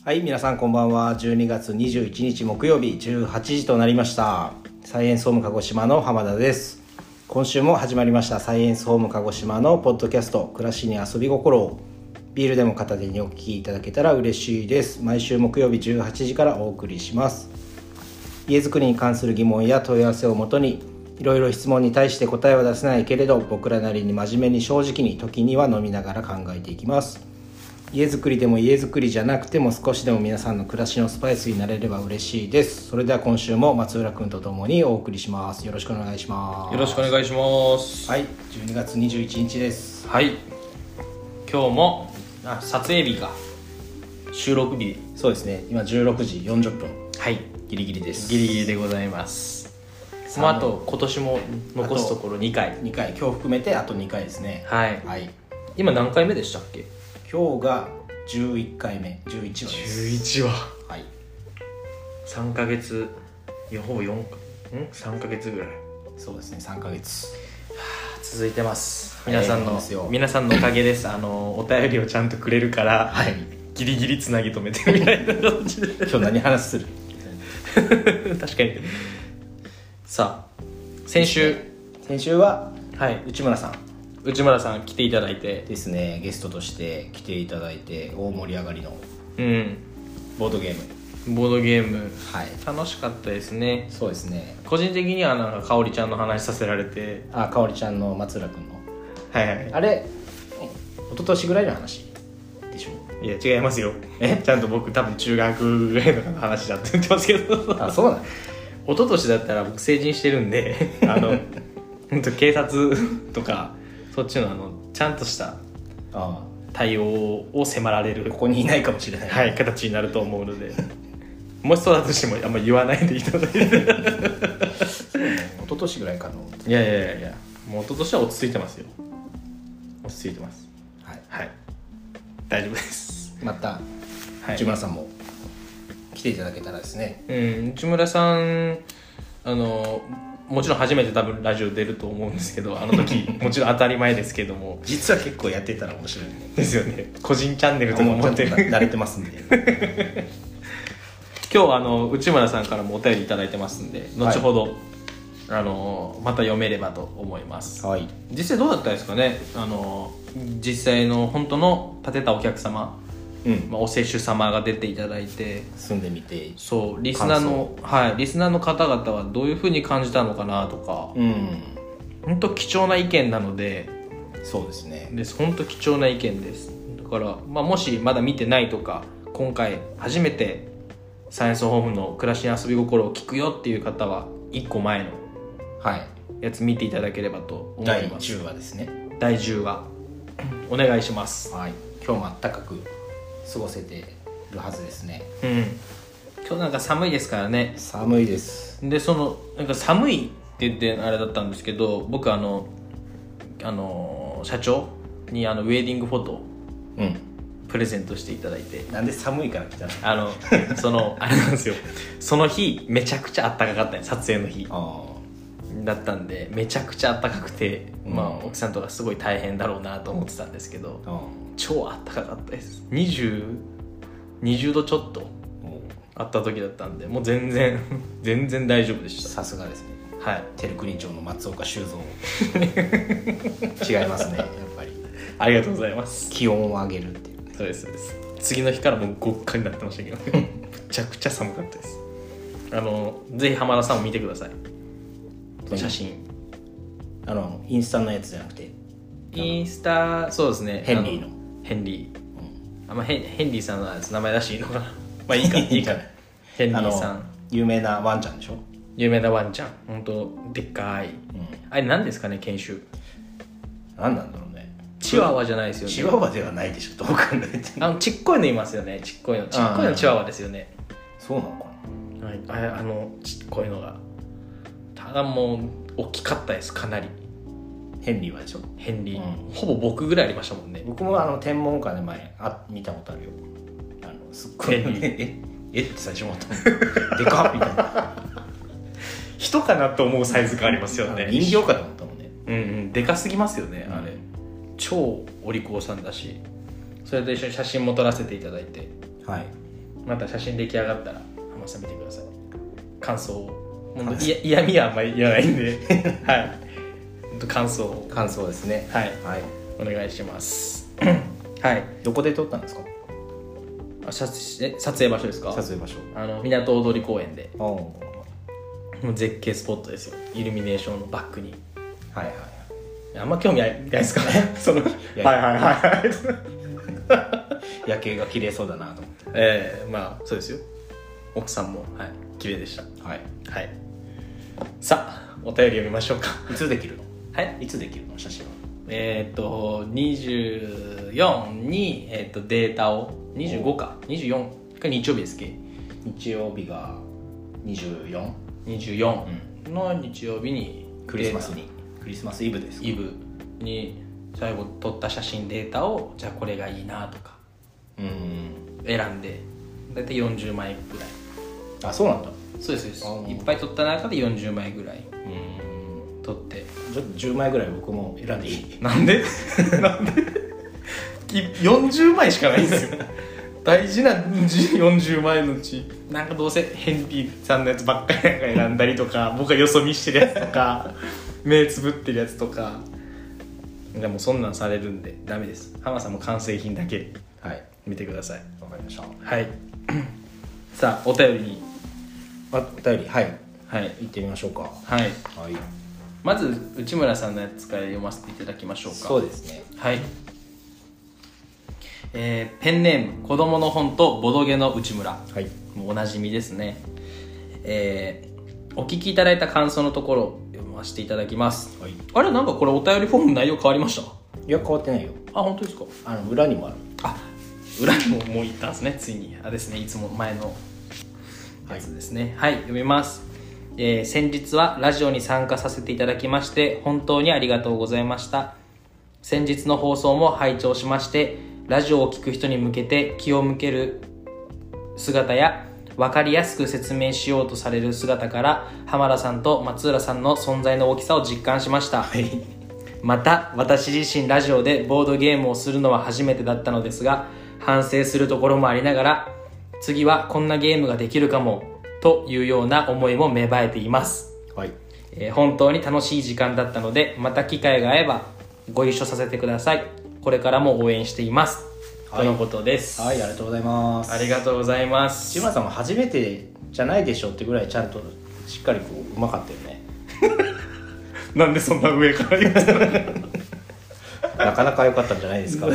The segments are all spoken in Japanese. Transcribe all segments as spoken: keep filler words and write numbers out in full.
はい、皆さんこんばんは。じゅうにがつにじゅういちにち木曜日じゅうはちじとなりました。サイエンスホーム鹿児島の浜田です。今週も始まりましたサイエンスホーム鹿児島のポッドキャスト、暮らしに遊び心をビールでも片手にお聞きいただけたら嬉しいです。毎週木曜日じゅうはちじからお送りします。家づくりに関する疑問や問い合わせをもとに、いろいろ質問に対して答えは出せないけれど、僕らなりに真面目に正直に、時には飲みながら考えていきます。家づくりでも家づくりじゃなくても、少しでも皆さんの暮らしのスパイスになれれば嬉しいです。それでは今週も松浦くんとともにお送りします。よろしくお願いします。 よろしくお願いします。 はい、じゅうにがつにじゅういちにちです。 はい、今日もあ撮影日か収録日。 そうですね、今じゅうろくじよんじゅっぷん、 はい、 ギリギリです。 ギリギリでございます。まあ、あと今年も残すところにかい、 にかい、今日含めてあとにかいですね。 はい、 はい、 今何回目でしたっけ？ 今日がじゅういっかいめ、じゅういちわです。 じゅういちわ。 はい、 さんかげつ、いやほぼよんかんさんかげつぐらい。 そうですね、さんかげつ、はあ、続いてます。皆さんのですよ皆さんのおかげです。あのお便りをちゃんとくれるから、 はい、 ギリギリつなぎ止めてるみたいな感じで今日何話する確かに。さあ、先週先週は、 はい、 内村さん内村さん来ていただいてですね、ゲストとして来ていただいて、大盛り上がりのうんボードゲーム、 ボードゲーム、 はい、 楽しかったですね。 そうですね。 個人的にはなんかかおりちゃんの話させられて、 あ、かおりちゃんの松浦くんの、 はいはい、 あれ一昨年ぐらいの話でしょ？ いや違いますよ。えちゃんと僕多分中学ぐらいの話だって言ってますけどあ、そうなの？ 一昨年だったら僕成人してるんであの本当警察とかそっちのあのちゃんとした対応を迫られる、 ここにいないかもしれない、 はい、形になると思うのでもしそうだとしてもあんまり言わないでいただいてそう、ね、 一昨年ぐらいかの。 いやいやいやいや、もう一昨年は落ち着いてますよ。落ち着いてます。 はい、 はい、大丈夫です。 また、はい、内村さんも来ていただけたらですね。 うん、内村さんあのもちろん初めて多分ラジオ出ると思うんですけど、あの時もちろん当たり前ですけども実は結構やってたら面白いですよね。個人チャンネルとか思って慣れてますんで今日あの内村さんからもお便りいただいてますんで、後ほど、はい、あのまた読めればと思います。 はい、 実際どうだったですかね。あの実際の本当の立てたお客様、うんまあ、お施主様が出ていただいて住んでみて、 そうリスナーの、はい、リスナーの方々はどういう風に感じたのかなとか、うん、本当貴重な意見なので。 そうですね、 です本当貴重な意見です。だから、まあ、もしまだ見てないとか、今回初めてサイエンスホームの暮らしに遊び心を聞くよっていう方はいっこまえのやつ見ていただければと思います。 だいじゅうわですね。 だいじゅうわお願いします。 はい、今日もあったかく過ごせてるはずですね。 うん、今日なんか寒いですからね。 寒いです。 でそのなんか寒いって言ってあれだったんですけど、僕あのあの社長にあのウェディングフォト、うん、プレゼントしていただいて。 なんで寒いから来たの？ あのそのあれなんですよ、その日めちゃくちゃあったかかったね、撮影の日だったんでめちゃくちゃあったかくて、うん、まあ奥さんとかすごい大変だろうなと思ってたんですけど、超あったかかったです。にじゅう、にじゅうどちょっとあった時だったんで、もう全然全然大丈夫でした。 さすがですね。 はい、 照国町の松岡修造違いますね、やっぱり。 ありがとうございます。 気温を上げるっていう、ね、 そうですそうです。次の日からもう極寒になってましたけどめちゃくちゃ寒かったです。あのぜひ浜田さんも見てください、写真。あのインスタのやつじゃなくて、 インスタ、そうですね、 ヘンリーのヘンリー、うん、あ、まあ、ヘン, ヘンリーさんの名前らしいのかなまあいいかいいかヘンリーさん、 有名なワンちゃんでしょ。 有名なワンちゃん、本当でっかい、うん、あれ何ですかね、犬種何なんだろうね。 チワワじゃないですよね。 チワワではないでしょ、どう考えても。 あのちっこいのいますよね、ちっこいのちっこいのチワワですよね。 そうなのかな、はい、あ, あのちっこいのがただもう大きかったです、かなり。 ヘンリーはでしょ。 ヘンリー、うん、ほぼ僕ぐらいありましたもんね。 僕もあの天文館で前あ見たことあるよ。あのすっごいヘンリーええって最初思ったのでかっみたいな人かなと思うサイズがありますよね。 人形かと思ったもんね。 うんうん、でかすぎますよね、 うん、 あれ超お利口さんだし、それと一緒に写真も撮らせていただいて、 はい、 また写真出来上がったら浜田さん見てください。感想を本当いや嫌味はあんまりいらないんではい本当感想を感想ですね。 はい、 はい、 お願いしますはい。 どこで撮ったんですか？ あ撮え撮影場所ですか？ 撮影場所、 あの港大通公園で、 おもう絶景スポットですよ。イルミネーションのバックに。 はいはい。 あんま興味ないですかねそのはいやはいはいはい夜景が綺麗そうだなと思って。 ええー、まあそうですよ。奥さんもはい綺麗でした。 はいはい。さあお便り読みましょうか。 いつできるの？ はい。 いつできるの写真は？ えー、っとにじゅうよっかに、えー、っとデータをにじゅうごかにじゅうよんか日曜日ですっけ？ 日曜日がにじゅうよん、 にじゅうよんの日曜日にクリスマスにクリスマスイブですか？ イブに最後撮った写真データをじゃあこれがいいなとかうん選んでだいたいよんじゅうまいぐらい。 あ、そうなんだ。 そうですそうあーです。いっぱい撮った中でよんじゅうまいぐらいうん撮って。 ちょっとじゅうまいぐらい僕も選んでいい？ なんでなんでよんじゅうまいしかないんですよ大事なよんじゅうまいのうちなんかどうせヘンリーさんのやつばっかりなんか選んだりとか僕がよそ見してるやつとか目つぶってるやつとかでもそんなんされるんでダメです。浜さんも完成品だけはい、 見てください。 わかりました。 はいさあお便りにあ、お便り、はいはい行ってみましょうか。 はいはい、 まず内村さんのやつから読ませていただきましょうか。 そうですね。 はい、えー、ペンネーム子供の本とボドゲの内村、 はい、 もうおなじみですね。えー、お聞きいただいた感想のところを読ませていただきます。 はい、 あれなんかこれお便りフォーム内容変わりました？ いや変わってないよ。 あ、本当ですか？ あの裏にもある。 あ、裏にももう行ったんですね。ついにあですね、いつも前のやつですね。はい、はい、読みます。えー、先日はラジオに参加させていただきまして本当にありがとうございました。先日の放送も拝聴しまして、ラジオを聞く人に向けて気を向ける姿や分かりやすく説明しようとされる姿から浜田さんと松浦さんの存在の大きさを実感しました。 はい、 また私自身ラジオでボードゲームをするのは初めてだったのですが、反省するところもありながら次はこんなゲームができるかもというような思いも芽生えています。 はい、 えー、本当に楽しい時間だったのでまた機会が合えばご一緒させてください。これからも応援しています、はい、とのことです。 はい、ありがとうございます。 ありがとうございます。 志村さんも初めてじゃないでしょってぐらいちゃんとしっかりこううまかったよねなんでそんな上から言ってるなかなか良かったんじゃないですか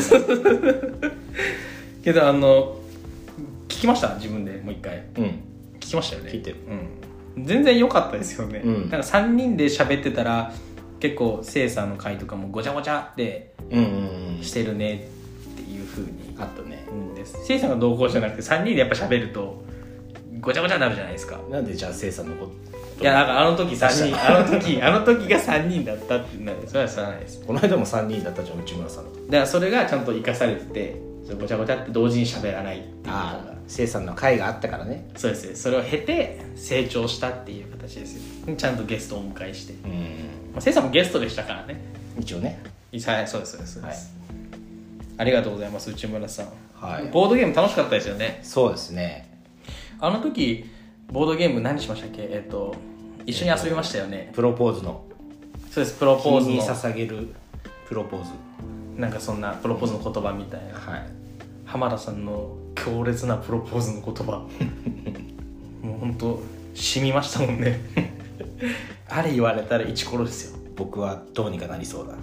けどあの聞きました自分でもう一回。 うん、 聞きましたよね。 聞いてる、 うん、全然良かったですよね、 うん、 なんかさんにんで喋ってたら結構せいさんの回とかもごちゃごちゃってしてるねっていう風にあったね、 うん、ですせいさんが同行じゃなくてさんにんでやっぱ喋るとごちゃごちゃになるじゃないですか。 なんでじゃあせいさんのこといやなんかあの時さんにんあの時あの時がさんにんだったってなる。それは知らないです。 この間もさんにんだったじゃん内村さんと。 だからそれがちゃんと生かされててごちゃごちゃって同時に喋らないっていうのがああせいさんの会があったからね。 そうですね。それを経て成長したっていう形ですよ。ちゃんとゲストをお迎えして、 うん、 まあ、せいさんもゲストでしたからね一応ね。 はい、そうですそうですそうです、はい、ありがとうございます内村さん、 はい、 ボードゲーム楽しかったですよね。 そうですね。 あの時ボードゲーム何しましたっけ？えっと一緒に遊びましたよね。 プロポーズの。 そうです、プロポーズの君に捧げるプロポーズ、 なんかそんなプロポーズの言葉みたいな、 はい、 浜田さんの強烈なプロポーズの言葉もう本当染みましたもんねあれ言われたらイチコロですよ。 僕はどうにかなりそうだ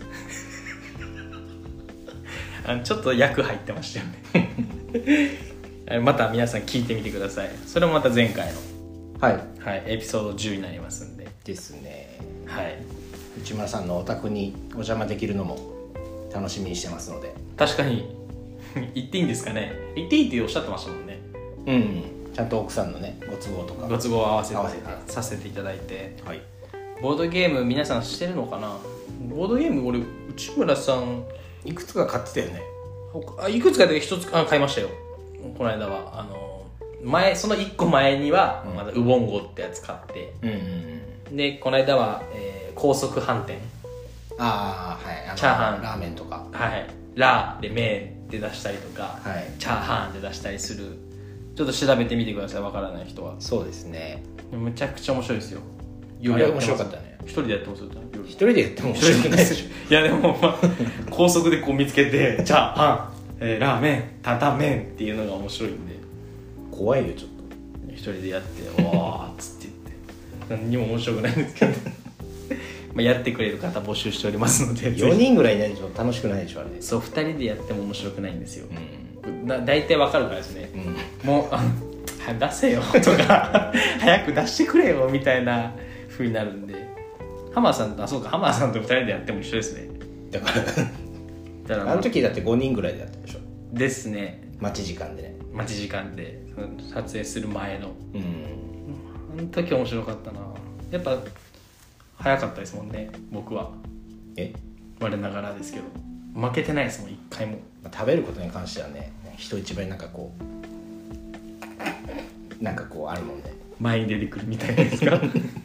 あのちょっと役入ってましたよねまた皆さん聞いてみてください。それもまた前回のはい、 はい、エピソードじゅうになりますんでですね。 はい、 内村さんのお宅にお邪魔できるのも楽しみにしてますので。 確かに言っていいんですかね。言っていいっておっしゃってましたもんね。 うん、ちゃんと奥さんのねご都合とかご都合を合わせて合わせてさせていただいて、 はい、 ボードゲーム皆さんしてるのかな。ボードゲーム俺内村さんいくつか買ってたよね。 あいくつかで一つあ買いましたよこの間は。あの前そのいっこまえにはまだウボンゴってやつ買って、 うんうんうん、 でこの間は、えー、高速飯店、 ああはい、あのチャーハンラーメンとか、 はい、ラーで麺で出したりとか、 はい、 チャーハンで出したりするちょっと調べてみてください、わからない人は。 そうですね。 めちゃくちゃ面白いですよ。 あれ面白かったね。 一人でやってますよ。 一人でやっても面白くないでしょ。 いやでも、まあ、高速でこう見つけてじゃあパン、えー、ラーメン担々麺っていうのが面白いんで、 怖いよちょっと。 一人でやってわーっつって言って何にも面白くないんですけどまあやってくれる方募集しておりますので、 よにんぐらいいないと楽しくないでしょあれ。 そうふたりでやっても面白くないんですよ、 うん、 だ大体わかるからですね、 うん、 もうあ出せよとか早く出してくれよみたいな風になるんで、浜田さんとあそうか浜田さんとふたりでやっても一緒ですね。 だからだから、まあ、 あの時だってごにんぐらいでやったでしょ。 ですね。 待ち時間でね。 待ち時間で撮影する前の、 うん、 あの時面白かったな。やっぱ早かったですもんね僕は。 え我ながらですけど負けてないですもん一回も。 食べることに関してはね人一倍なんかこうなんかこうあるもんね、 前に出てくるみたいですか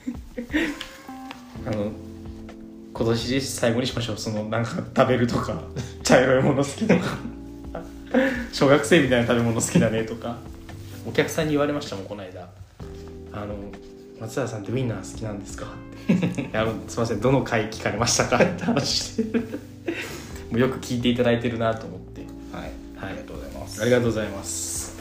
あの今年最後にしましょう。そのなんか食べるとか茶色いもの好きとか小学生みたいな食べ物好きだねとかお客さんに言われましたもんこの間。あの松田さんってウインナー好きなんですかっていやすいませんどの回聞かれましたかって話してもうよく聞いていただいてるなと思って、 はい、はい、ありがとうございます。 ありがとうございます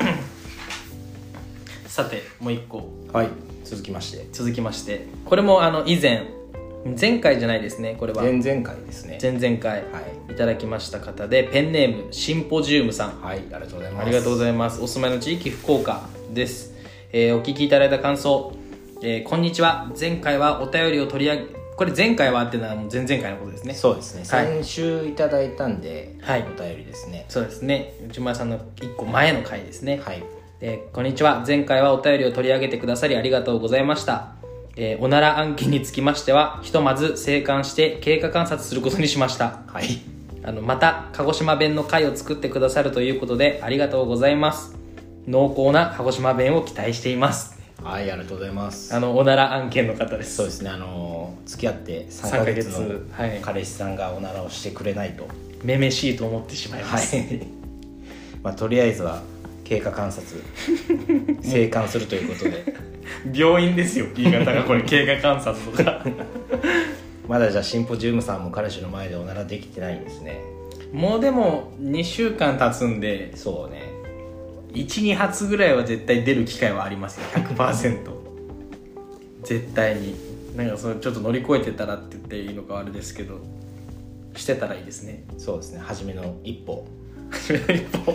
さてもう一個、 はい、続きまして続きましてこれもあの以前前回じゃないですね、これは前々回ですね。 前々回、はい、いただきました方でペンネームシンポジウムさん、 はい、ありがとうございます。 ありがとうございます。お住まいの地域福岡です、えー、お聞きいただいた感想、えー、こんにちは。前回はお便りを取り上げこれ前回はっていうのはもう前々回のことですね。 そうですね、 はい、 先週いただいたんで、 はい、 お便りですね。 そうですね、内村さんのいっこまえの回ですね。 はい、 えー、こんにちは。前回はお便りを取り上げてくださりありがとうございました。えー、おなら案件につきましてはひとまず静観して経過観察することにしました。 はい、 あのまた鹿児島弁の回を作ってくださるということでありがとうございます。濃厚な鹿児島弁を期待しています。 はい、ありがとうございます。 あのおなら案件の方です。 そうですね、あの付き合ってさんかげつのはい、 彼氏さんがおならをしてくれないとめめしいと思ってしまいます、 はい、まあ、とりあえずは経過観察静観するということで病院ですよ言い方がこれ経過観察とかまだじゃあシンポジウムさんも彼氏の前でおならできてないんですね。 もうでもにしゅうかん経つんで、 そうね、 いち、に発ぐらいは絶対出る機会はありますよ ひゃくパーセント 絶対に。なんかそれちょっと乗り越えてたらって言っていいのかあれですけどしてたらいいですね。 そうですね、初めの一歩初めの一歩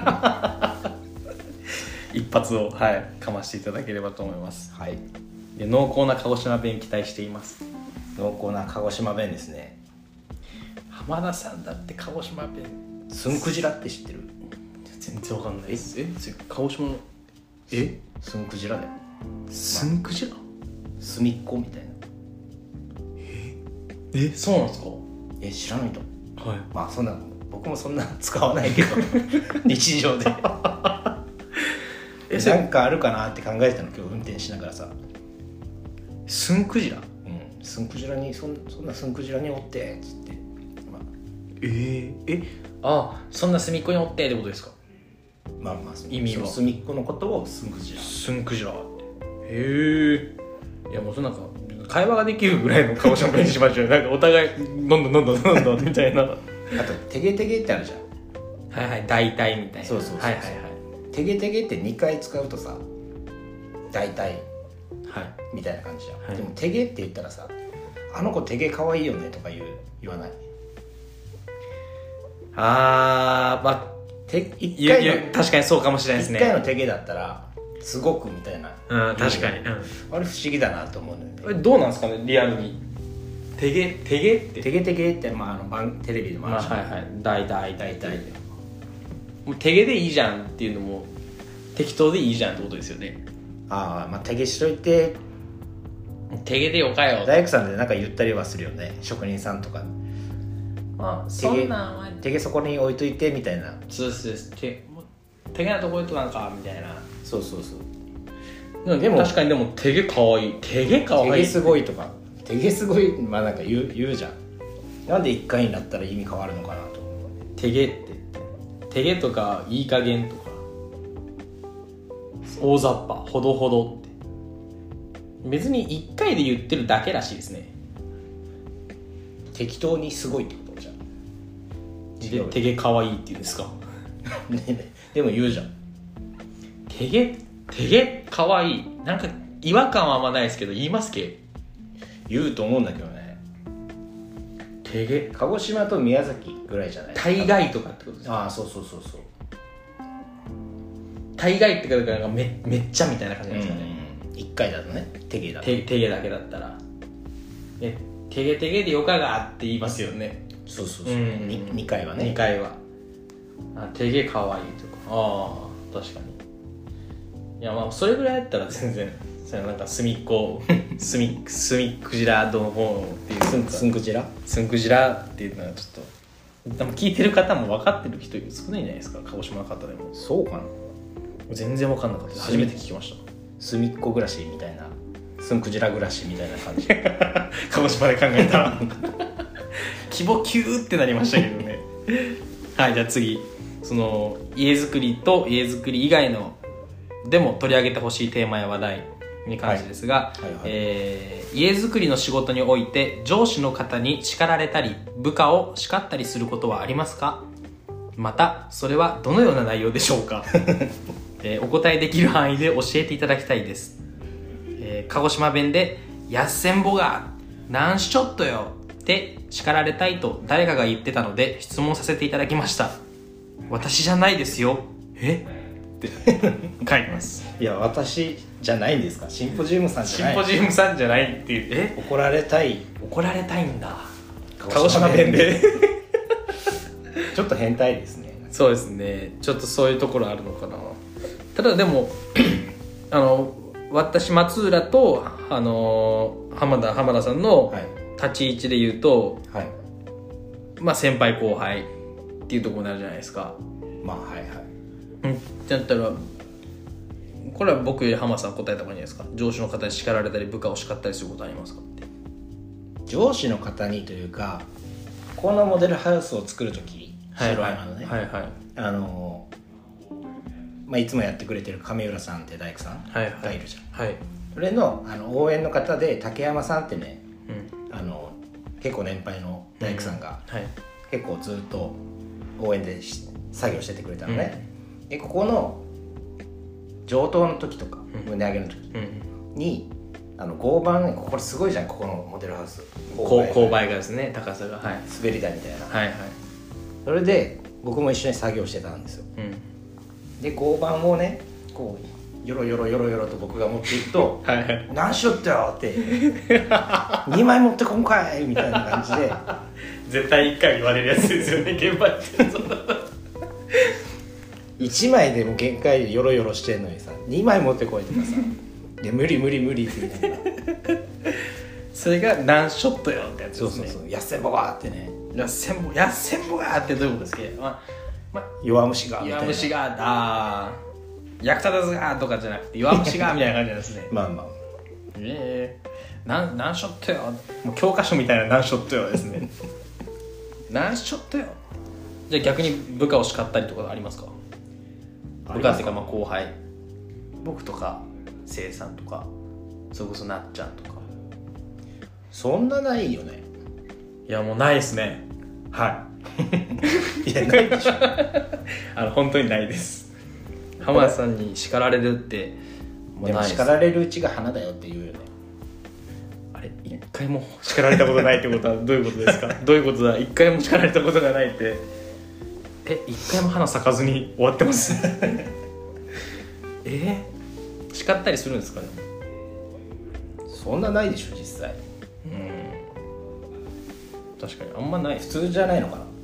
一発を、はい、かましていただければと思います。 はい、 で濃厚な鹿児島弁期待しています。 濃厚な鹿児島弁ですね。 浜田さんだって鹿児島弁すんくじらって知ってる？ 全然わかんないです。え鹿児島のえすんくじらだよ。 すんくじら、 すみっこみたいな。 ええそうなんですか？ え知らないと。 はい。 まあそんな僕もそんな使わないけど日常でえなんかあるかなって考えてたの今日運転しながらさ。 すんくじら、 うん、すんくじらにそんそんなすんくじらにおってっつって、まあ、 えー、えあそんな隅っこにおってってことですか？ まあまあ意味は隅っこのことをすんくじらすんくじら。へえ。いやもうそのなんか会話ができるぐらいの顔しゃべりにしましょうなんかお互いどんどんどんどんどんどんみたいなあとてげてげってあるじゃん。 はいはい大体みたいな。 そうそうそうそう、 はいはいはい。 てげてげってにかい使うとさ大体はいみたいな感じじゃん、 はい、 でもてげって言ったらさあの子てげかわいいよねとか言う言わない？ あーまあて一回の確かにそうかもしれないですね。 一回のてげだったらすごくみたいな、 うん確かに、うん、 あれ不思議だなと思うんだよね。 どうなんですかねリアルにてげてげっててげてげって、まあ、あの番テレビでもあるし、 まあ、はいはい大体大体もうてげでいいじゃんっていうのも適当でいいじゃんってことですよね。 ああまあてげしといててげでよかよ大工さんでなんか言ったりはするよね職人さんとか。 まあそんなんはてげそこに置いといてみたいな。 そうですててげなとこ置いとかんかみたいな。 そうそうそう。 でも、でも確かにでもてげかわいいてげかわいいてげすごいとかてげすごいまあなんか言う言うじゃん。なんでいっかいになったら意味変わるのかなと。 てげっててげとかいい加減とか大雑把ほどほどって別にいっかいで言ってるだけらしいですね。 適当にすごいってことじゃん。 でてげかわいいって言うんですかねでも言うじゃん。 てげてげかわいいなんか違和感はあんまないですけど言いますけ言うと思うんだけどね。 てげ鹿児島と宮崎ぐらいじゃない。 大概とかってことですか。 ああそうそうそうそう。 大概ってことが め, めっちゃみたいな感じなんですかね。 いっかいだとね、てげだと。 ててげだけだったらえてげてげでよかがって言いますよね。 そうそうそう、 うん、 ににかいはね。 にかいはあてげかわいいとかああ確かに。いやまあそれぐらいだったら全然それなんかすみっこすみすみくじらどの方っていうすんすんくじらすんくじらっていうのはちょっとでも聞いてる方も分かってる人少ないんじゃないですか。鹿児島の方でもそうかな。 全然分かんなかったです。初めて聞きました。 すみっこ暮らしみたいな、すんくじら暮らしみたいな感じ鹿児島で考えたら規模キューってなりましたけどねはいじゃあ次その家づくりと家づくり以外のでも取り上げてほしいテーマや話題に関してですが、はいはいはいえー、家づくりの仕事において上司の方に叱られたり部下を叱ったりすることはありますか。またそれはどのような内容でしょうか、えー、お答えできる範囲で教えていただきたいです、えー、鹿児島弁でやっせんぼがなんしちょっとよって叱られたいと誰かが言ってたので質問させていただきました。私じゃないですよえって書いてます。 いや私じゃないんですか。シンポジウムさんじゃない。 シンポジウムさんじゃないっていうえ怒られたい怒られたいんだ鹿児島弁でちょっと変態ですね。 そうですねちょっとそういうところあるのかな。ただでもあの私松浦とあの浜田浜田さんの立ち位置で言うと、はい、まあ先輩後輩っていうところになるじゃないですか。 まあはいはい。 うんだったらこれは僕より浜田さん答えた方がいいんじゃないですか。上司の方に叱られたり部下を叱ったりすることありますかって。 上司の方にというかこのモデルハウスを作るとき白山のね、はいはい、あのまあ、いつもやってくれてる亀浦さんって大工さんがいるじゃん、はいはい、それ の, あの応援の方で竹山さんってね、うん、あの結構年配の大工さんが、うんはい、結構ずっと応援で作業しててくれたのね、うん、でここの上等の時とか、うん、胸上げの時に、うん、あの合板ここすごいじゃんここのモデルハウス勾配がですね高さが、はい、 滑り台みたいな、 はいはい、 それで僕も一緒に作業してたんですよ、うん、で合板をねこうよろよろよろよろと僕が持っていくとはい、はい、何しよってよってにまい持ってこんかいみたいな感じで絶対いっかい言われるやつですよね現場っていちまいでも限界でよろよろしてんのにさにまい持ってこいとかさで無理無理無理って言いながらそれが何ショットよってやつですね。 そうそうそうやっせんぼがーってねやっせんぼやっせんぼがーってどういうことですか。ままあ、弱虫が弱虫があ役立たずがとかじゃなくて弱虫がみたいな感じなんですねまあまあええー、何何ショットよもう教科書みたいな何ショットよですね何ショットよ。じゃあ逆に部下を叱ったりとかありますか。部下っていうかまあ後輩僕とかせいさんとかそれこそなっちゃんとかそんなないよね。 いやもうないですねはいいやないでしょあの本当にないです。浜田さんに叱られるってもうでも叱られるうちが花だよって言うよね。 あれ一回も叱られたことないってことはどういうことですかどういうことだ一回も叱られたことがないってえ一回も花咲かずに終わってますえー、叱ったりするんですかね。 そんなないでしょ実際。 うん確かにあんまない。 普通じゃないのかな。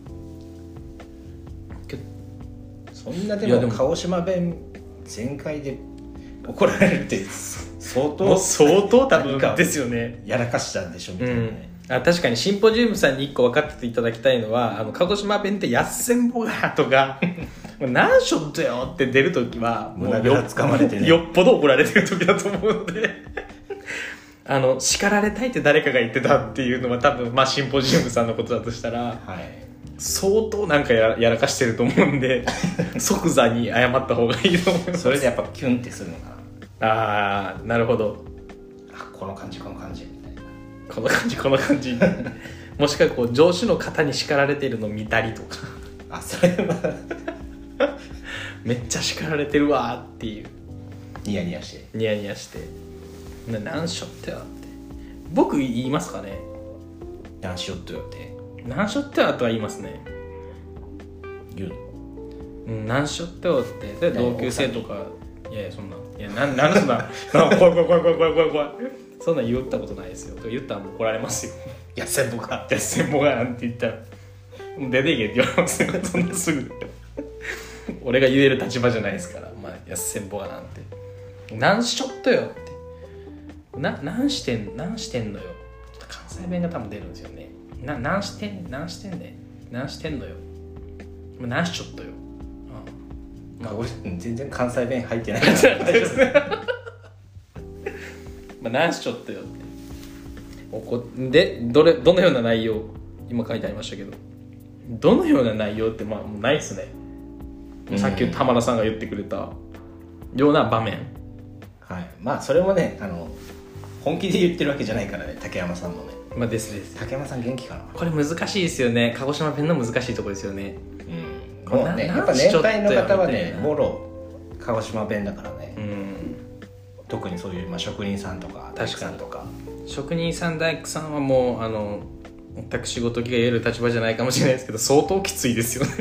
そんなでも鹿児島弁全開で怒られるって相当相当多分ですよね。 やらかしたんでしょみたいなね、 うん、あ確かにシンポジウムさんにいっこ分かってていただきたいのはあの鹿児島弁ってやっせんぼがとか何ショットよって出るときは胸ぐらつかまれてねよっぽど怒られてるときだと思うのであの叱られたいって誰かが言ってたっていうのは多分、まあ、シンポジウムさんのことだとしたら、はい、 相当なんか や, やらかしてると思うんで即座に謝った方がいいと思います。 それでやっぱキュンってするのかな。 ああなるほど。 あこの感じこの感じみたいな、 この感じこの感じもしくはこう上司の方に叱られてるの見たりとかあそれはめっちゃ叱られてるわっていうニヤニヤしてニヤニヤしてな何しょってよって僕言いますかね。 何しよっとよって何しょってよとは言いますね。 言うのうん何しょってよってで同級生とかいやいやそんないやなんなんそんな怖い怖い怖い怖い怖い怖い怖いそんなん言ったことないですよ。言ったらもう怒られますよ。 いや先輩がいや先輩がなんて言ったらもう出ていけって言われますよそんなすぐ俺が言える立場じゃないですから。まあいや先輩がなんて何しょっとよってな何してん何してんのよ。ちょっと関西弁が多分出るんですよね。な何してん何してんねん何してんのよ何しちょっとよ。 まあ、俺全然関西弁入ってないまあ何しちょっとよっておこでどれどのような内容今書いてありましたけどどのような内容ってまあもうないっすね。さっき浜田さんが言ってくれたような場面、 はい、まあそれもねあの本気で言ってるわけじゃないからね。竹山さんもねまあですです竹山さん元気かな。 これ難しいですよね。鹿児島弁の難しいところですよね。 うんもうねやっぱ年配の方はねもろ鹿児島弁だからね、うん、特にそういう、まあ、職人さんとか大工さんとか職人さん大工さんはもうあの私ごときが言える立場じゃないかもしれないですけど相当きついですよね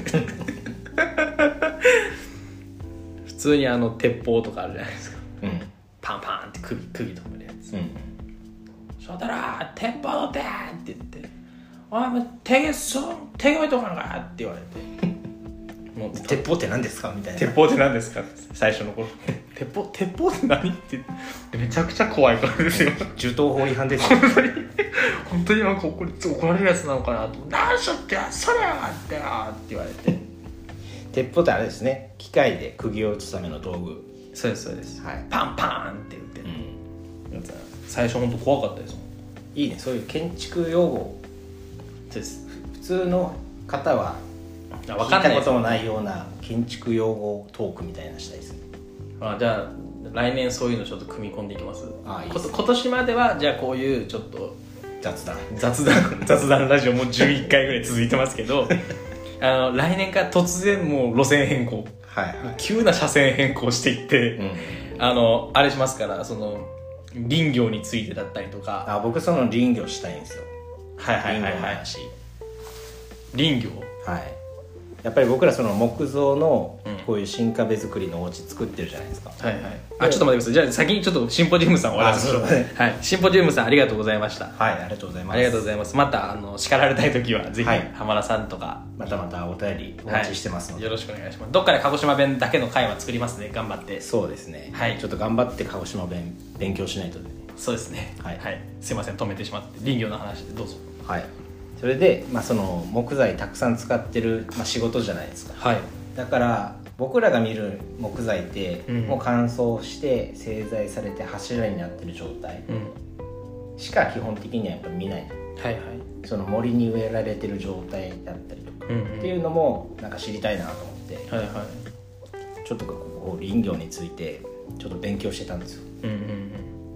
普通にあの鉄砲とかあるじゃないですか、うん、パンパンって釘釘とかるやつ、うん、翔太郎鉄砲取ってって言ってお前手毛そう手毛置いとかなかって言われてもう鉄砲って何ですかみたいな。 鉄砲って何ですか最初の頃鉄砲鉄砲って何ってめちゃくちゃ怖いからですよ。 銃刀法違反ですよ本当に本当になんか怒られるやつなのかなと何しょってそれやがってよって言われて鉄砲ってあれですね機械で釘を打つための道具。 そうですそうです、はい、パンパンって言って、うん、最初本当怖かったですもん。 いいねそういう建築用語です普通の方は聞いたこともないような建築用語トークみたいなしたいですね。 あじゃあ来年そういうのちょっと組み込んでいきます。 あいいです、ね、 今年まではじゃあこういうちょっと雑談雑談雑談ラジオもうじゅういっかいぐらい続いてますけどあの来年から突然もう路線変更、はいはい、急な車線変更していって、うん、あのあれしますからその林業についてだったりとか。 あ僕その林業したいんですよ。 はいはいはいはい林業はいやっぱり僕らその木造のこういう新壁作りのお家作ってるじゃないですか、 うん、はいはいあちょっと待ってください。じゃあ先にちょっとシンポジウムさん終わらせましょう、ねはい、シンポジウムさんありがとうございました。 はいありがとうございます。 ありがとうございます。またあの叱られたい時はぜひ、はい、浜田さんとかまたまたお便りお待ちしてますので、 はい、よろしくお願いします。どっかで鹿児島弁だけの会話作りますね頑張って。 そうですねはいちょっと頑張って鹿児島弁勉強しないとね。 そうですねはい、はい、すいません止めてしまって林業の話でどうぞ。 はいそれで、まあ、その木材たくさん使ってる、まあ、仕事じゃないですか、はい、だから僕らが見る木材って、うん、もう乾燥して製材されて柱になってる状態しか基本的にはやっぱ見ない、はいはい、その森に植えられてる状態だったりとか、うんうん、っていうのもなんか知りたいなと思って、はいはい、ちょっとこう林業についてちょっと勉強してたんですよ、うんうんうん、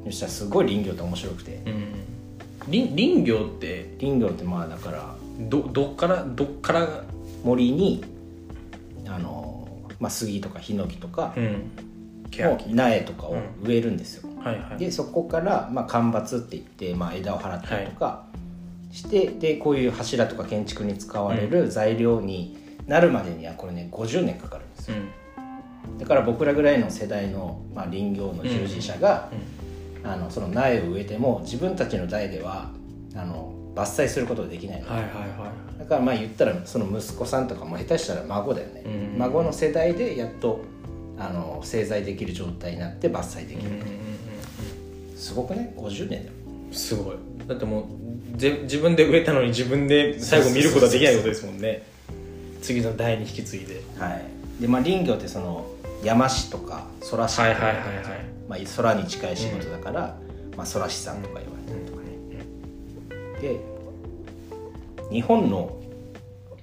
そしたらすごい林業って面白くて、うんうん林, 林業って林業ってまあだからどどっからどっから森にあの、まあ、杉とかヒノキとか、うん、苗とかを植えるんですよ、うんはいはい、でそこから、まあ、間伐っていって、まあ、枝を払ったりとかして、はい、でこういう柱とか建築に使われる材料になるまでにはこれねごじゅうねんかかるんですよ、うん、だから僕らぐらいの世代の、まあ、林業の従事者が、うんうんあのその苗を植えても自分たちの代ではあの伐採することができないので、はいはいはい、だからまあ言ったらその息子さんとかも下手したら孫だよね、うんうん、孫の世代でやっとあの製材できる状態になって伐採できる、うんうんうん、すごくねごじゅうねんだよ。 すごいだってもうぜ自分で植えたのに自分で最後見ることはできないことですもんね。次の代に引き継いで、はいでまあ、林業ってその山師とか空師とか、はいはいはいはいまあ、空に近い仕事だから、うんまあ、空師さんとか言われたりとかね、うん、で日本の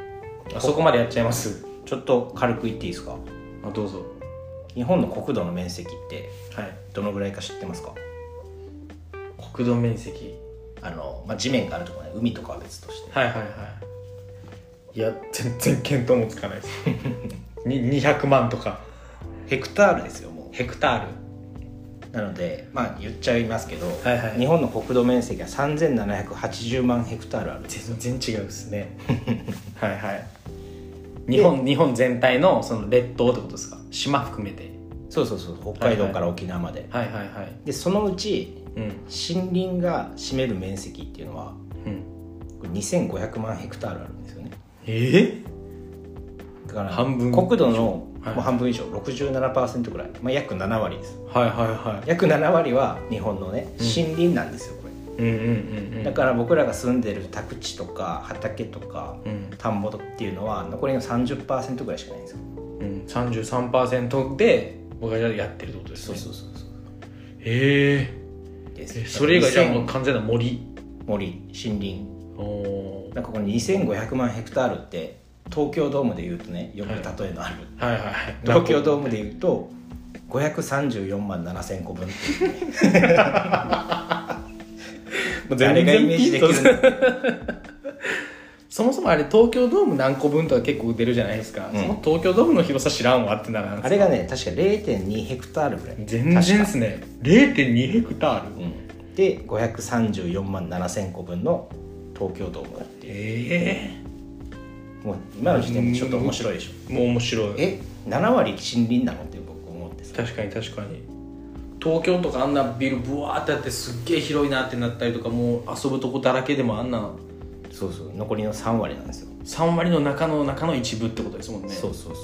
あそこまでやっちゃいます。 ちょっと軽く言っていいですか。 あどうぞ。 日本の国土の面積ってはいどのぐらいか知ってますか？ 国土面積、 あの、まあ、地面があるところね、海とかは別として、 はいはいはい。いや全然見当もつかないですににひゃくまんとか。 ヘクタールですよ。もヘクタール。 うなので、まあ言っちゃいますけど、 はいはい、 日本の国土面積はさんぜんななひゃくはちじゅうまんヘクタールあるんですよ。 全然違うですねはいはい。日本日本全体のその列島ってことですか？島含めて。 そうそうそう、北海道から沖縄まで、 はいはいはい。 でそのうち、 うん、 森林が占める面積っていうのは、うん、これにせんごひゃくまんヘクタールあるんですよね。 えー、だから半分国土の、 はい、 もう半分以上 ろくじゅうななパーセント ぐらい、まあ、約ななわりです。 はいはいはい。 約ななわりは日本のね、森林なんですよこれ、うんうんうんうん、だから僕らが住んでる宅地とか畑とか、うん、田んぼっていうのは残りの さんじゅっパーセント ぐらいしかないんですよ、 うん、さんじゅうさんパーセント で僕がやってるってことですね。 そうそうそうそう。 へえ。それ以外じゃあもう完全な森森森林。 おなんかこのにせんごひゃくまんヘクタールって東京ドームでいうとね、よく例えのある、 はい、はいはいはい。 東京ドームでいうとごひゃくさんじゅうよんまんななせんこぶんっていうねもう誰がイメージできるんだそもそもあれ東京ドーム何個分とか結構出るじゃないですか、うん、その東京ドームの広さ知らんわってならんすか。 あれがね確か れいてんにヘクタールぐらい。 全然ですね。 れいてんにヘクタール、 うん、でごひゃくさんじゅうよんまんななせんこぶんの東京ドームがあって、 えー、もう今の時点でちょっと面白いでしょ。 もう面白い。 えななわり森林なのって僕思ってさ。 確かに確かに。東京とかあんなビルブワーってあってすっげえ広いなってなったりとか、もう遊ぶとこだらけでもあんな。 そうそう、残りのさんわりなんですよ。 さんわりの中の中の一部ってことですもんね。 そうそうそう。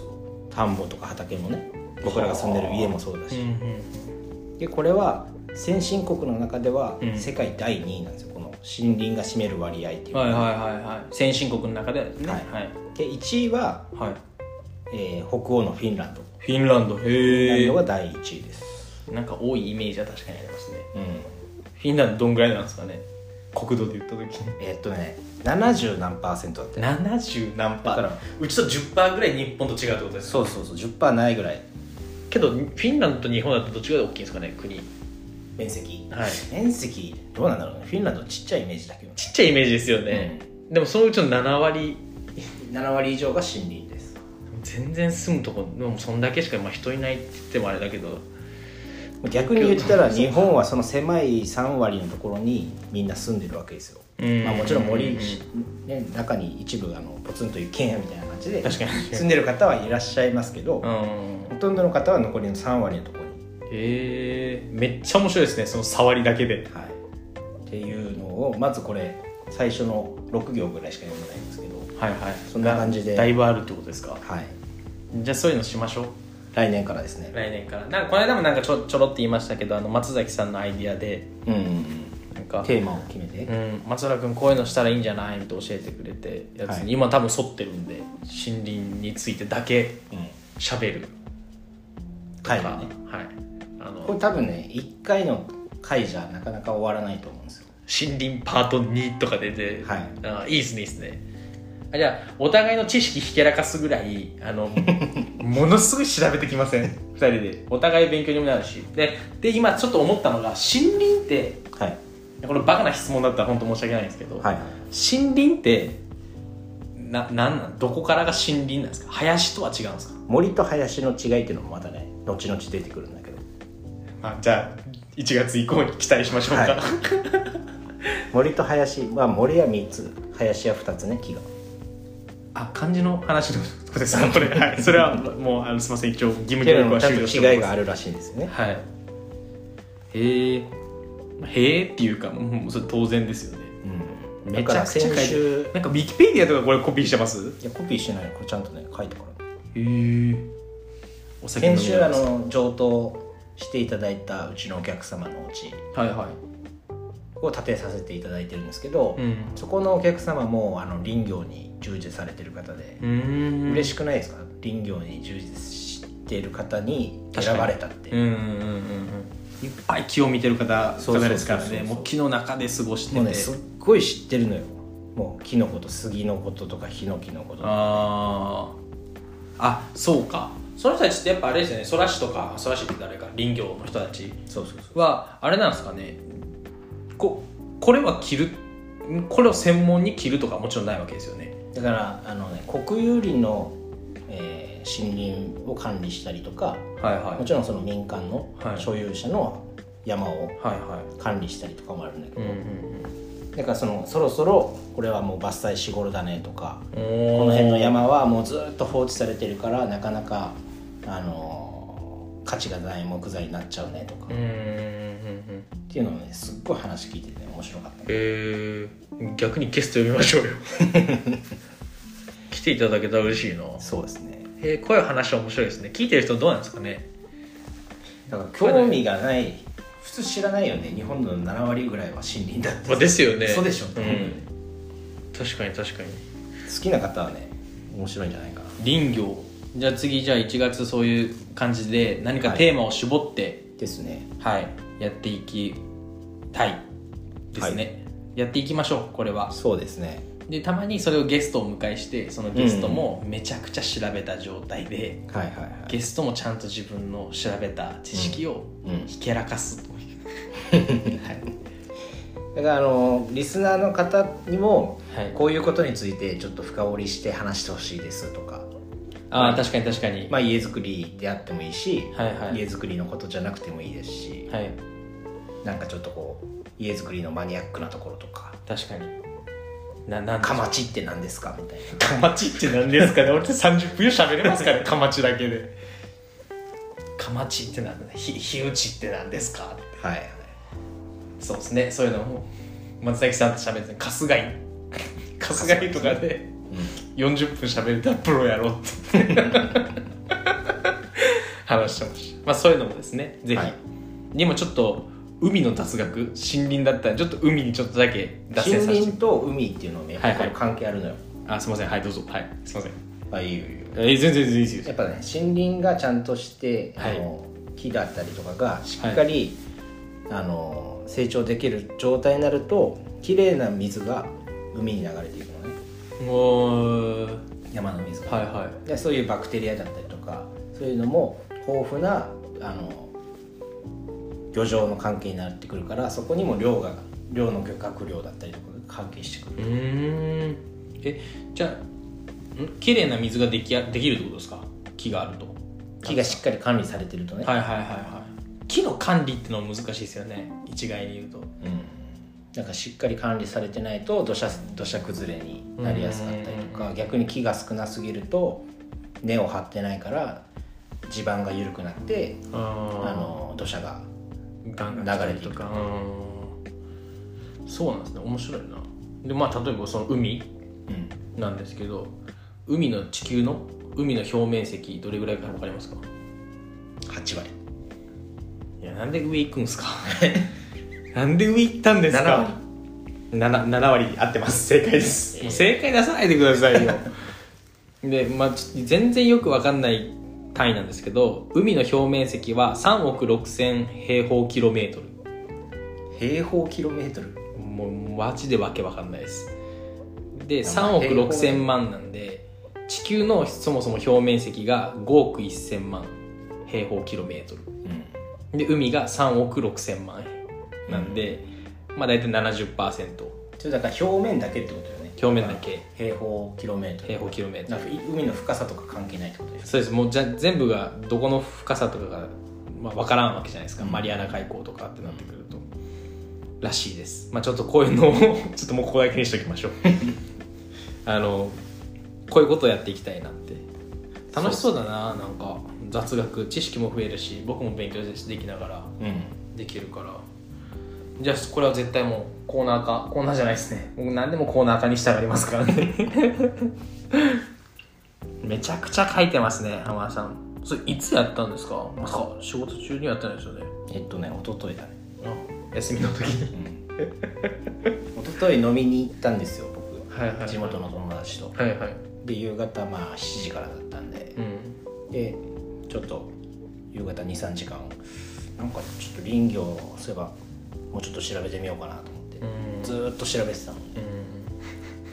田んぼとか畑もね、僕らが住んでる家もそうだし、うんうん、でこれは先進国の中では世界だいにいなんですよ、この森林が占める割合っていうのは。 はいはいはいはい。先進国の中でね、はいはい、でいちいは、はい、えー、北欧のフィンランド。 フィンランド、へえ。フィンランドがだいいちいです。 なんか多いイメージは確かにありますね、 うん、 フィンランドどんぐらいなんですかね、国土で言った時に。 えー、っとねななじゅうなんパーセントだったよ。 ななじゅうなんパーだからうちと じゅっパーセント ぐらい日本と違うってことですか。 そうそうそう、 じゅっパーセント ないぐらい。 けどフィンランドと日本だとどっちが大きいんですかね、国面積。 はい、 面積どうなんだろうね。フィンランドちっちゃいイメージだけど、 ちっちゃいイメージですよね、うん、でもそのうちのななわりななわり以上が森林です。 全然住むとこでもそんだけしか、まあ、人いないって言ってもあれだけど、 逆に言ったら日本はその狭いさんわりのところにみんな住んでるわけですよ。まあ、もちろん森、ね、中に一部あのポツンという県やみたいな感じで住んでる方はいらっしゃいますけど、ほとんどの方は残りのさんわりのところに。 へえ、めっちゃ面白いですね、その触りだけで、はい、 っていうのをまずこれ最初のろくぎょうぐらいしか読めないんですけど、 はいはい、 そんな感じでだいぶあるってことですか。 はい、 じゃあそういうのしましょう。 来年からですね。 来年からなんかこの間もなんかちょちょろって言いましたけど、あの松崎さんのアイディアで、うんうんうん、なんかテーマを決めて、 うん、松浦君こういうのしたらいいんじゃないって教えてくれてやつに、はい、今多分沿ってるんで森林についてだけ喋る回がね、 はい、あのこれ多分ねいっかいの回じゃなかなか終わらないと思うんですよ。 森林パートにとか出て、 はい、 あいいですねいいですね。じゃあお互いの知識ひけらかすぐらいあのものすごい調べてきませんふたりで。お互い勉強にもなるし、でで今ちょっと思ったのが、森林って、はい、これバカな質問だったら本当申し訳ないんですけど、はい、森林ってななんなんどこからが森林なんですか。林とは違うんですか。 森と林の違いっていうのもまたね後々出てくるんだけど、 あじゃあいちがつ以降に期待しましょうか、はい、 森と林は、森はみっつ、林はふたつね、木が。 あ、漢字の話のことですかこれ、はい、それはもうあのすみません、一応義務教育は終了してます。 違いがあるらしいんですよね。 はい。へえ、へえっていうか、もうそれ当然ですよね。うん、めちゃくちゃ書いてる。なんかウィキペディアとかこれコピーしてます？ いやコピーしてない、これちゃんとね書いてから。 へえ。お酒飲みながら。 先週あの上等していただいたうちのお客様のうち。 はいはい。 を建てさせていただいてるんですけど、うん、そこのお客様もあの林業に従事されてる方で、うーん嬉しくないですか。林業に従事している方に選ばれたって。うんうんうんうん、 いっぱい木を見てる方ですからね。もう木の中で過ごしてて、 もうねすっごい知ってるのよ。 もうキノコと杉のこととかヒノキのこととか、 ああそうか、その人たちってやっぱあれですよね、空師とか、空師って誰か林業の人たちそうそうそうはあれなんですかね、ここれは切る、これを専門に切るとかもちろんないわけですよね。 だからあの、ね、国有林の、えー、森林を管理したりとか、 はいはい、 もちろんその民間の所有者の山をはいはい管理したりとかもあるんだけど、 うんうんうん、 だからそのそろそろこれはもう伐採し頃だねとか、 ここの辺の山はもうずっと放置されてるからなかなかあの価値がない木材になっちゃうねとか、 うんうんうんうん、 っていうのをねすっごい話聞いてて、ね、面白かった、ね。 えー、逆にゲスト呼びましょうよ来ていただけたら嬉しいな。 そうですね。 えー、こういう話は面白いですね。聞いてる人どうなんですかね。 だから興味がない、普通知らないよね。日本のなな割ぐらいは森林だって。 まあ、ですよね。 そうでしょ、うん、 確かに確かに。 好きな方はね面白いんじゃないかな。 林業、じゃあ次じゃあいちがつそういう感じで何かテーマを絞って、 はい、ですね、 はい、やっていきたいですね、はい、やっていきましょう。これはそうですね。 でたまにそれをゲストを迎えして、そのゲストもめちゃくちゃ調べた状態で、 うん、はいはいはい、 ゲストもちゃんと自分の調べた知識をひけらかすという、 うんうん、はい、だからあのリスナーの方にも、はい、こういうことについてちょっと深掘りして話してほしいですとか、 あ、まあ、確かに確かに、 まあ、家づくりであってもいいし、 はいはい、 家づくりのことじゃなくてもいいですし、 はい、 なんかちょっとこう家づくりのマニアックなところとか、 確かにな、なんかまちって何ですかみたいな。かまちって何ですかね。俺ってさんじゅっぷん喋れますかね、かまちだけで。かまちって何だ、ひ火打ちって何ですかって、 はいはい、 そうですね。そういうのも松崎さんと喋って、春日井春日井とかでよんじゅっぷん喋れたらプロやろって話してました。まあそういうのもですね、ぜひ、はい、にもちょっと海の雑学、森林だったらちょっと海にちょっとだけ脱線させて。 森林と海っていうのはね、はいはい、関係あるのよ。 あ、すいません、はいどうぞ、はいすいません。 あ、いいよいいよ。 えー、全然全然いいですよ。 やっぱね、森林がちゃんとして、はい、あの木だったりとかがしっかり、はい、あの成長できる状態になると、きれいな水が海に流れていくのね。 もう山の水が、 はいはい、 でそういうバクテリアだったりとか、そういうのも豊富なあの漁場の関係になってくるから、そこにも量が量の漁獲量だったりとかが関係してくる。 うーん、え、じゃあきれいな水ができやできるってことですか。木があると、 木がしっかり管理されてるとね。 はいはいはいはい。木の管理ってのは難しいですよね、一概に言うと。うん、 なんかしっかり管理されてないと土砂土砂崩れになりやすかったりとか、逆に木が少なすぎると根を張ってないから地盤が緩くなって、あの土砂が流れていくとか。 そうなんですね、面白いな。で、まあ例えばその海なんですけど、うん、海の地球の海の表面積どれぐらいか分かりますか。 はち割。 いや、なんで上行くんすかなんで上行ったんですか。なな割。なな, なな割合ってます。正解です、えー、正解出さないでくださいよで、まあ、全然よく分かんない単位なんですけど、海の表面積はさんおくろくせん平方キロメートル。 平方キロメートル、 もうマジでわけわかんないです。でさんおくろくせん万なんで、地球のそもそも表面積がごおくせん万平方キロメートル、うん、で海がさんおくろくせん万なんで、うん、まあ大体 ななじゅっパーセント。 それだから表面だけってことよね。 表面だけ平方キロメートル、 平方キロメートル、 海の深さとか関係ないってことですか。 そうです。もうじゃ全部がどこの深さとかが、まあ、分からんわけじゃないですか、うん、マリアナ海溝とかってなってくると、らしいです。まあちょっとこういうのをちょっともうここだけにしておきましょうあのこういうことをやっていきたいなって。楽しそうだな。なんか雑学知識も増えるし、僕も勉強できながらできるから、うん、じゃあこれは絶対もうコーナー化、コーナーじゃないですね、僕何でもコーナー化にしたがりますからねめちゃくちゃ書いてますね、浜田さん。それいつやったんですか。まさか仕事中にやってないですよね。 えっとね一昨日だね。 あ、休みの時に、 うん、一昨日飲みに行ったんですよ僕、 はいはいはい、 地元の友達と、 はいはい、で夕方まあしちじからだったんで、うん、でちょっと夕方 にさんじかんなんかちょっと林業そういえばもうちょっと調べてみようかなと思って、うん、ずーっと調べてたの、うん、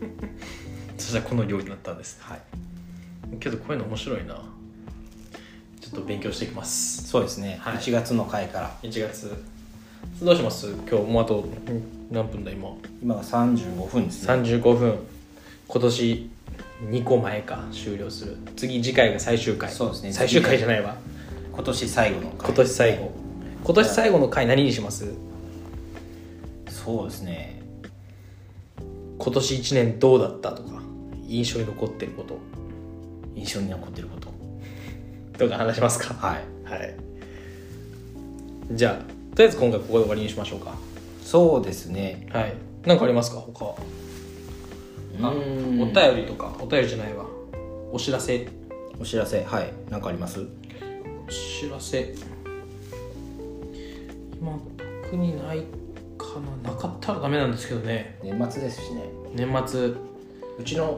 そしたらこの量になったんです。 はい。 けどこういうの面白いな。ちょっと勉強していきます。 そうですね、 はい、 いちがつの回からいちがつどうします？今日もうあと何分だ今今がさんじゅうごふんですね。 さんじゅうごふん。今年にこまえか終了する。次次回が最終回。 そうですね、 最終回じゃないわ、 今年最後の回、 今年最後。今年最後の回何にします？ そうですね、 今年いちねんどうだったとか印象に残ってること印象に残ってることとか話しますか？ はいはい。じゃあとりあえず今回ここで終わりにしましょうか。 そうですね。 はい。何かありますか他？あ、お便りとか、お便りじゃないわ、お知らせ。 お知らせ、はい、何かあります？ お知らせ今特にないかな。なかったらダメなんですけどね。 年末ですしね。 年末うちの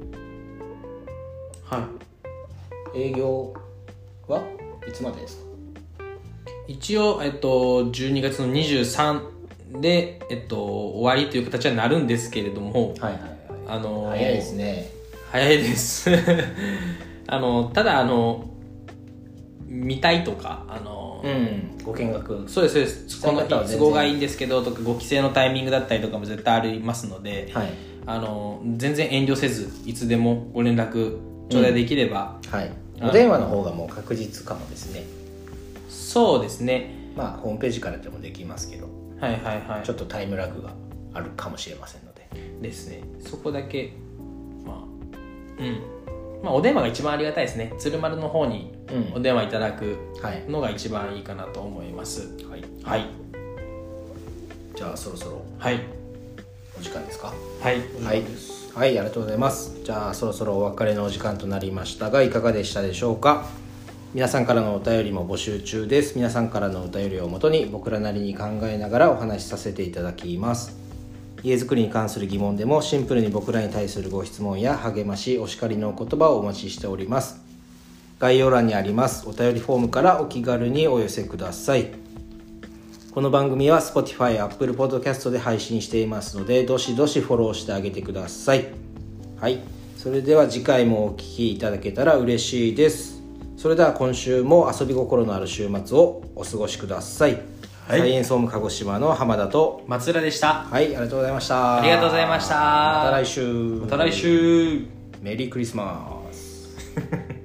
はい営業はいつまでですか？ 一応、えっと、じゅうにがつのにじゅうさんで、えっと、終わりという形になるんですけれども、 はいはいはい、 あのー、 早いですね。 早いですあのただあの見たいとか、あの、 うん、ご見学、 そうですそうです、この日都合がいいんですけどとか、ご帰省のタイミングだったりとかも絶対ありますので、 はい、 あの全然遠慮せずいつでもご連絡頂戴できれば、 うん、はい、お電話の方がもう確実かもですね。 そうですね、 まあホームページからでもできますけど、 はいはいはい、 ちょっとタイムラグがあるかもしれませんのでですね。そこだけまあうんまあお電話が一番ありがたいですね。鶴丸の方にお電話いただくのが一番いいかなと思います、 はい、 はい、 じゃあそろそろはいお時間ですか？ はいはい、はい、ありがとうございます。じゃあそろそろお別れのお時間となりましたが、いかがでしたでしょうか？皆さんからのお便りも募集中です。皆さんからのお便りをもとに僕らなりに考えながらお話しさせていただきます。家づくりに関する疑問でもシンプルに僕らに対するご質問や励まし、お叱りのお言葉をお待ちしております。概要欄にありますお便りフォームからお気軽にお寄せください。この番組は Spotify、Apple Podcast で配信していますので、どしどしフォローしてあげてください。はい、それでは次回もお聞きいただけたら嬉しいです。それでは今週も遊び心のある週末をお過ごしください。はい、サイエンスホーム鹿児島の浜田と松浦でした。 はい、ありがとうございました。 ありがとうございました。 また来週。 また来週。 メリークリスマス